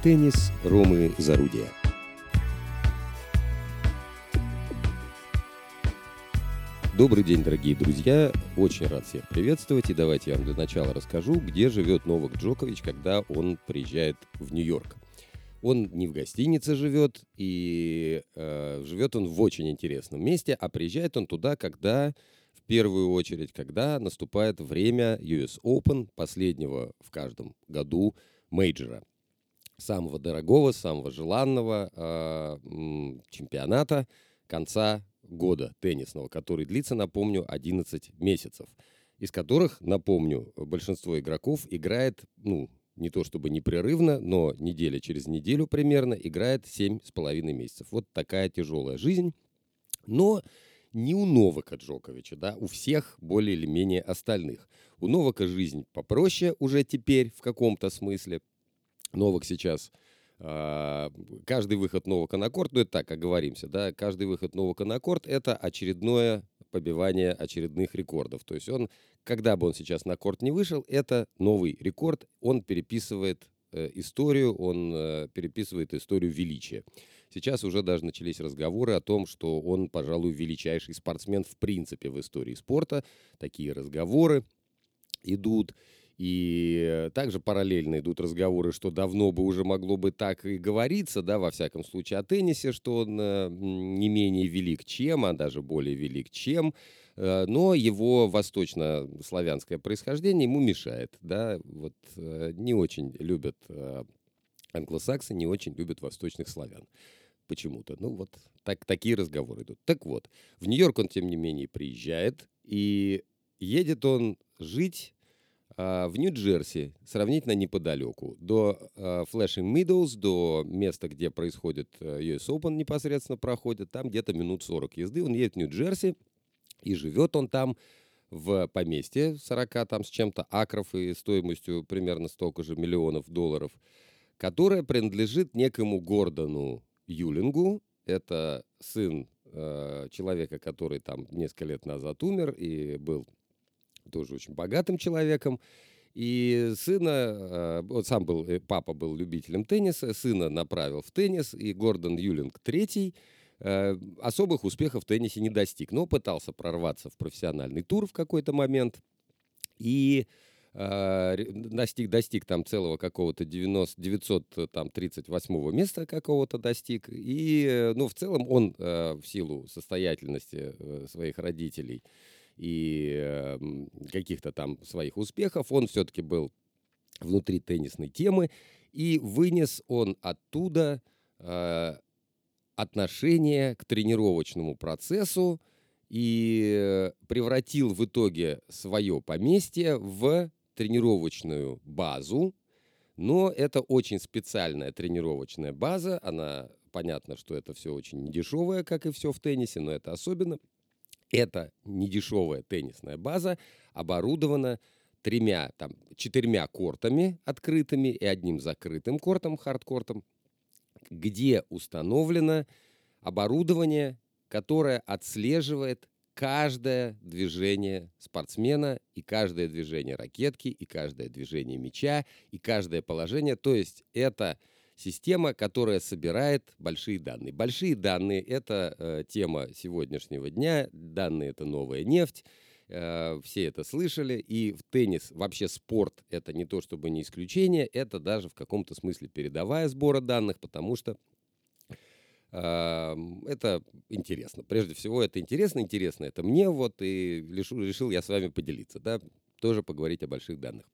Теннис Ромы Зарудия. Добрый день, дорогие друзья. Очень рад всех приветствовать. И давайте я вам для начала расскажу, где живет Новак Джокович, когда он приезжает в Нью-Йорк. Он не в гостинице живет, и живет он в очень интересном месте, а приезжает он туда, когда, в первую очередь, когда наступает время US Open, последнего в каждом году мейджора. Самого дорогого, самого желанного чемпионата конца года теннисного, который длится, напомню, 11 месяцев, из которых, напомню, большинство игроков играет, не то чтобы непрерывно, но неделя через неделю примерно играет 7,5 месяцев. Вот такая тяжелая жизнь. Но не у Новака Джоковича, да, у всех более или менее остальных. У Новака жизнь попроще уже теперь в каком-то смысле. Новак сейчас, каждый выход Новака на корт, это так, оговоримся, да, каждый выход Новака на корт — это очередное побивание очередных рекордов. То есть он, когда бы он сейчас на корт не вышел, это новый рекорд, он переписывает историю, он переписывает историю величия. Сейчас уже даже начались разговоры о том, что он, пожалуй, величайший спортсмен в принципе в истории спорта. Такие разговоры идут. И также параллельно идут разговоры, что давно бы уже могло бы так и говориться, да, во всяком случае, о теннисе, что он не менее велик, чем, а даже более велик, чем, но его восточнославянское происхождение ему мешает, да, вот не очень любят англосаксы, не очень любят восточных славян почему-то. Ну вот такие разговоры идут. Так вот, в Нью-Йорк он, тем не менее, приезжает, и едет он жить в Нью-Джерси, сравнительно неподалеку, до Flushing Meadows, до места, где происходит US Open непосредственно проходит, там где-то минут 40 езды. Он едет в Нью-Джерси, и живет он там в поместье 40 там с чем-то акров и стоимостью примерно столько же миллионов долларов, которое принадлежит некому Гордону Юлингу. Это сын человека, который там несколько лет назад умер и был тоже очень богатым человеком. И сына, папа был любителем тенниса, сына направил в теннис, и Гордон Юлинг III особых успехов в теннисе не достиг, но пытался прорваться в профессиональный тур в какой-то момент, и достиг там целого какого-то 938 места какого-то достиг, и, в целом он в силу состоятельности своих родителей и каких-то там своих успехов, он все-таки был внутри теннисной темы, и вынес он оттуда отношение к тренировочному процессу и превратил в итоге свое поместье в тренировочную базу. Но это очень специальная тренировочная база, понятно, что это все очень недешевое, как и все в теннисе, но это особенно. Эта недешевая теннисная база оборудована 4 кортами открытыми и одним закрытым кортом, хардкортом, где установлено оборудование, которое отслеживает каждое движение спортсмена, и каждое движение ракетки, и каждое движение мяча, и каждое положение. То есть это система, которая собирает большие данные. Большие данные — это тема сегодняшнего дня. Данные — это новая нефть. Все это слышали. И в теннис, вообще спорт — это не то чтобы не исключение, это даже в каком-то смысле передовая сбора данных, потому что это интересно. Прежде всего, это интересно это мне, и решил я с вами поделиться, да, тоже поговорить о больших данных.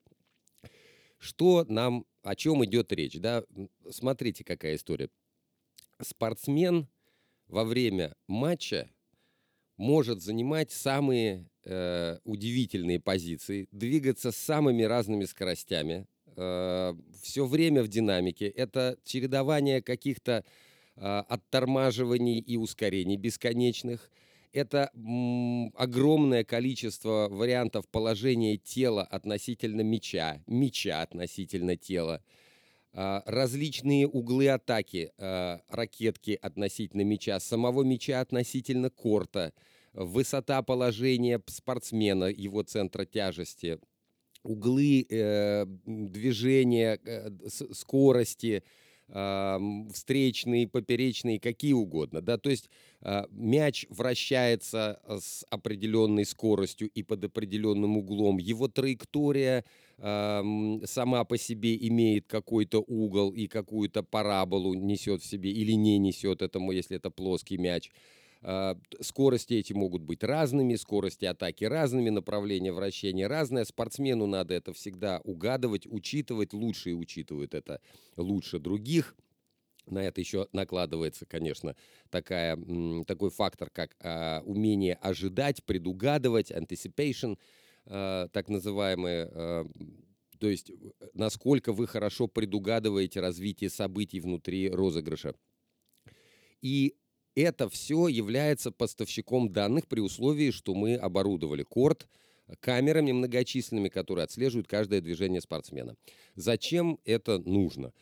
О чем идет речь, да? Смотрите, какая история. Спортсмен во время матча может занимать самые удивительные позиции, двигаться с самыми разными скоростями, все время в динамике. Это чередование каких-то оттормаживаний и ускорений бесконечных. Это огромное количество вариантов положения тела относительно мяча относительно тела, различные углы атаки ракетки относительно мяча, самого мяча относительно корта, высота положения спортсмена, его центра тяжести, углы движения, скорости, встречные, поперечные, какие угодно, да, то есть мяч вращается с определенной скоростью и под определенным углом, его траектория сама по себе имеет какой-то угол и какую-то параболу несет в себе или не несет этому, если это плоский мяч. Скорости эти могут быть разными, скорости атаки разными, направление вращения разное. Спортсмену надо это всегда угадывать, учитывать. Лучшие учитывают это лучше других. На это еще накладывается, конечно, такой фактор, как умение ожидать, предугадывать, anticipation, так называемые. То есть, насколько вы хорошо предугадываете развитие событий внутри розыгрыша. И это все является поставщиком данных при условии, что мы оборудовали корт камерами многочисленными, которые отслеживают каждое движение спортсмена. Зачем это нужно?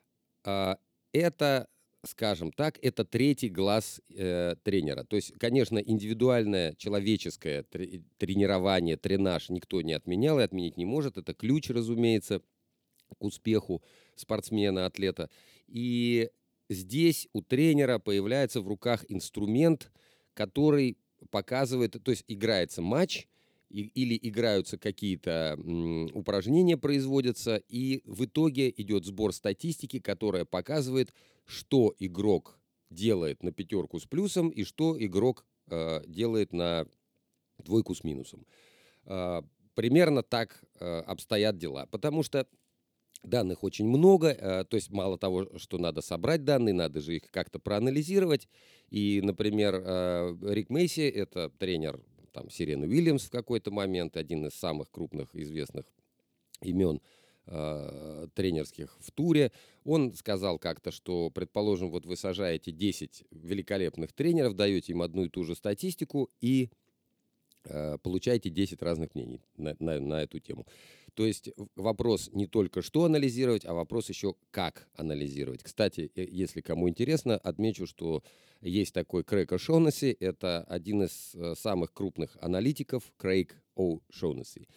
Это, скажем так, это третий глаз тренера. То есть, конечно, индивидуальное человеческое тренирование, тренаж никто не отменял и отменить не может. Это ключ, разумеется, к успеху спортсмена, атлета. И здесь у тренера появляется в руках инструмент, который показывает, то есть играется матч, или играются какие-то упражнения, производятся, и в итоге идет сбор статистики, которая показывает, что игрок делает на 5 с плюсом и что игрок делает на 2 с минусом. Примерно так обстоят дела, потому что данных очень много, то есть мало того, что надо собрать данные, надо же их как-то проанализировать. И, например, Рик Мейси, это тренер Сирены Уильямс в какой-то момент, один из самых крупных известных имен тренерских в туре, он сказал как-то, что, предположим, вот вы сажаете 10 великолепных тренеров, даете им одну и ту же статистику и получаете 10 разных мнений на эту тему. То есть вопрос не только что анализировать, а вопрос еще как анализировать. Кстати, если кому интересно, отмечу, что есть такой Крейг О'Шонесси, это один из самых крупных аналитиков, Крейг О'Шонесси.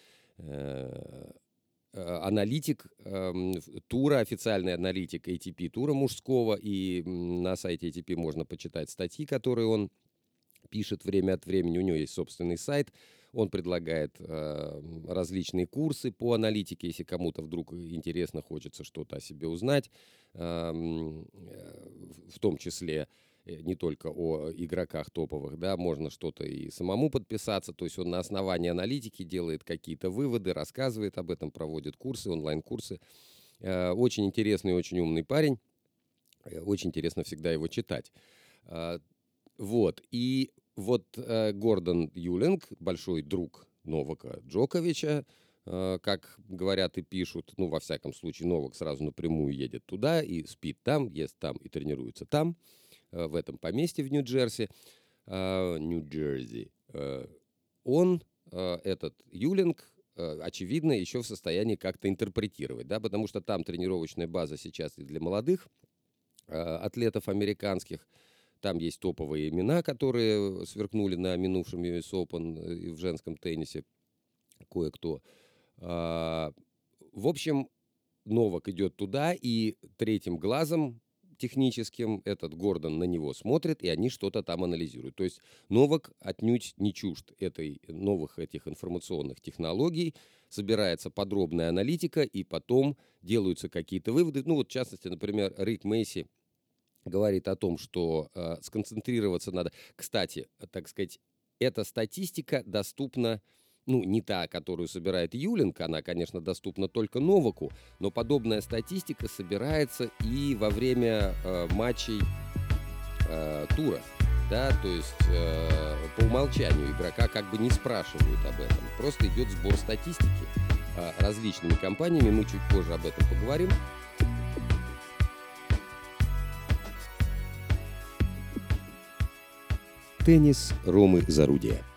Аналитик тура, официальный аналитик ATP тура мужского, и на сайте ATP можно почитать статьи, которые он пишет время от времени, у него есть собственный сайт, он предлагает различные курсы по аналитике, если кому-то вдруг интересно, хочется что-то о себе узнать, в том числе не только о игроках топовых, да, можно что-то и самому подписаться, то есть он на основании аналитики делает какие-то выводы, рассказывает об этом, проводит курсы, онлайн-курсы. Очень интересный, очень умный парень, очень интересно всегда его читать. Вот, и вот Гордон Юлинг, большой друг Новака Джоковича, как говорят и пишут, ну, во всяком случае, Новак сразу напрямую едет туда и спит там, ест там и тренируется там, в этом поместье в Нью-Джерси. Он, этот Юлинг, очевидно, еще в состоянии как-то интерпретировать, да, потому что там тренировочная база сейчас и для молодых атлетов американских. Там есть топовые имена, которые сверкнули на минувшем US Open и в женском теннисе кое-кто. В общем, Новак идет туда, и третьим глазом техническим этот Гордон на него смотрит, и они что-то там анализируют. То есть Новак отнюдь не чужд новых этих информационных технологий, собирается подробная аналитика, и потом делаются какие-то выводы. Ну вот, в частности, например, Рик Мейси говорит о том, что сконцентрироваться надо. Кстати, так сказать, эта статистика доступна, ну, не та, которую собирает Юлинг, она, конечно, доступна только Новаку, но подобная статистика собирается и во время матчей тура. Да, то есть по умолчанию игрока как бы не спрашивают об этом. Просто идет сбор статистики различными компаниями. Мы чуть позже об этом поговорим. Теннис Ромы Зарудия.